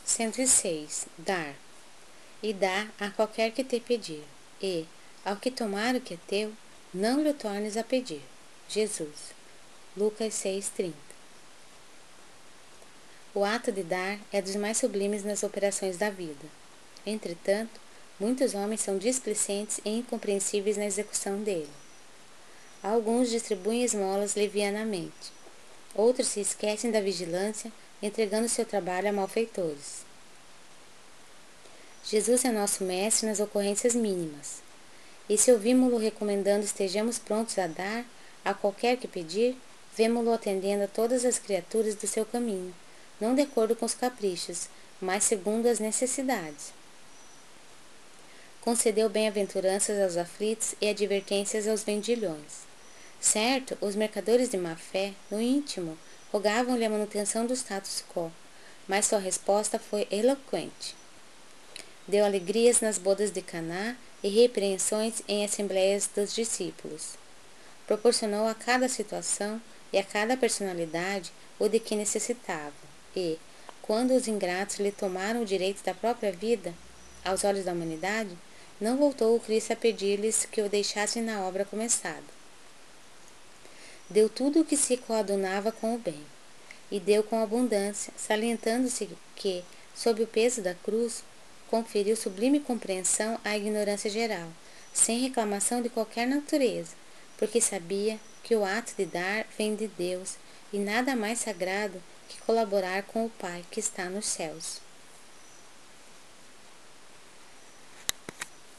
106. Dar. E dá a qualquer que te pedir, e, ao que tomar o que é teu, não lhe tornes a pedir. Jesus. Lucas 6:30. O ato de dar é dos mais sublimes nas operações da vida. Entretanto, muitos homens são displicentes e incompreensíveis na execução dele. Alguns distribuem esmolas levianamente. Outros se esquecem da vigilância, entregando seu trabalho a malfeitores. Jesus é nosso mestre nas ocorrências mínimas. E se ouvimos-lo recomendando estejamos prontos a dar a qualquer que pedir, vemo-lo atendendo a todas as criaturas do seu caminho, não de acordo com os caprichos, mas segundo as necessidades. Concedeu bem-aventuranças aos aflitos e advertências aos vendilhões. Certo, os mercadores de má-fé, no íntimo, rogavam-lhe a manutenção do status quo, mas sua resposta foi eloquente. Deu alegrias nas bodas de Caná e repreensões em assembleias dos discípulos. Proporcionou a cada situação e a cada personalidade o de que necessitava, e, quando os ingratos lhe tomaram o direito da própria vida, aos olhos da humanidade, não voltou o Cristo a pedir-lhes que o deixassem na obra começada. Deu tudo o que se coadunava com o bem, e deu com abundância, salientando-se que, sob o peso da cruz, conferiu sublime compreensão à ignorância geral, sem reclamação de qualquer natureza, porque sabia que o ato de dar vem de Deus, e nada mais sagrado que colaborar com o Pai que está nos céus.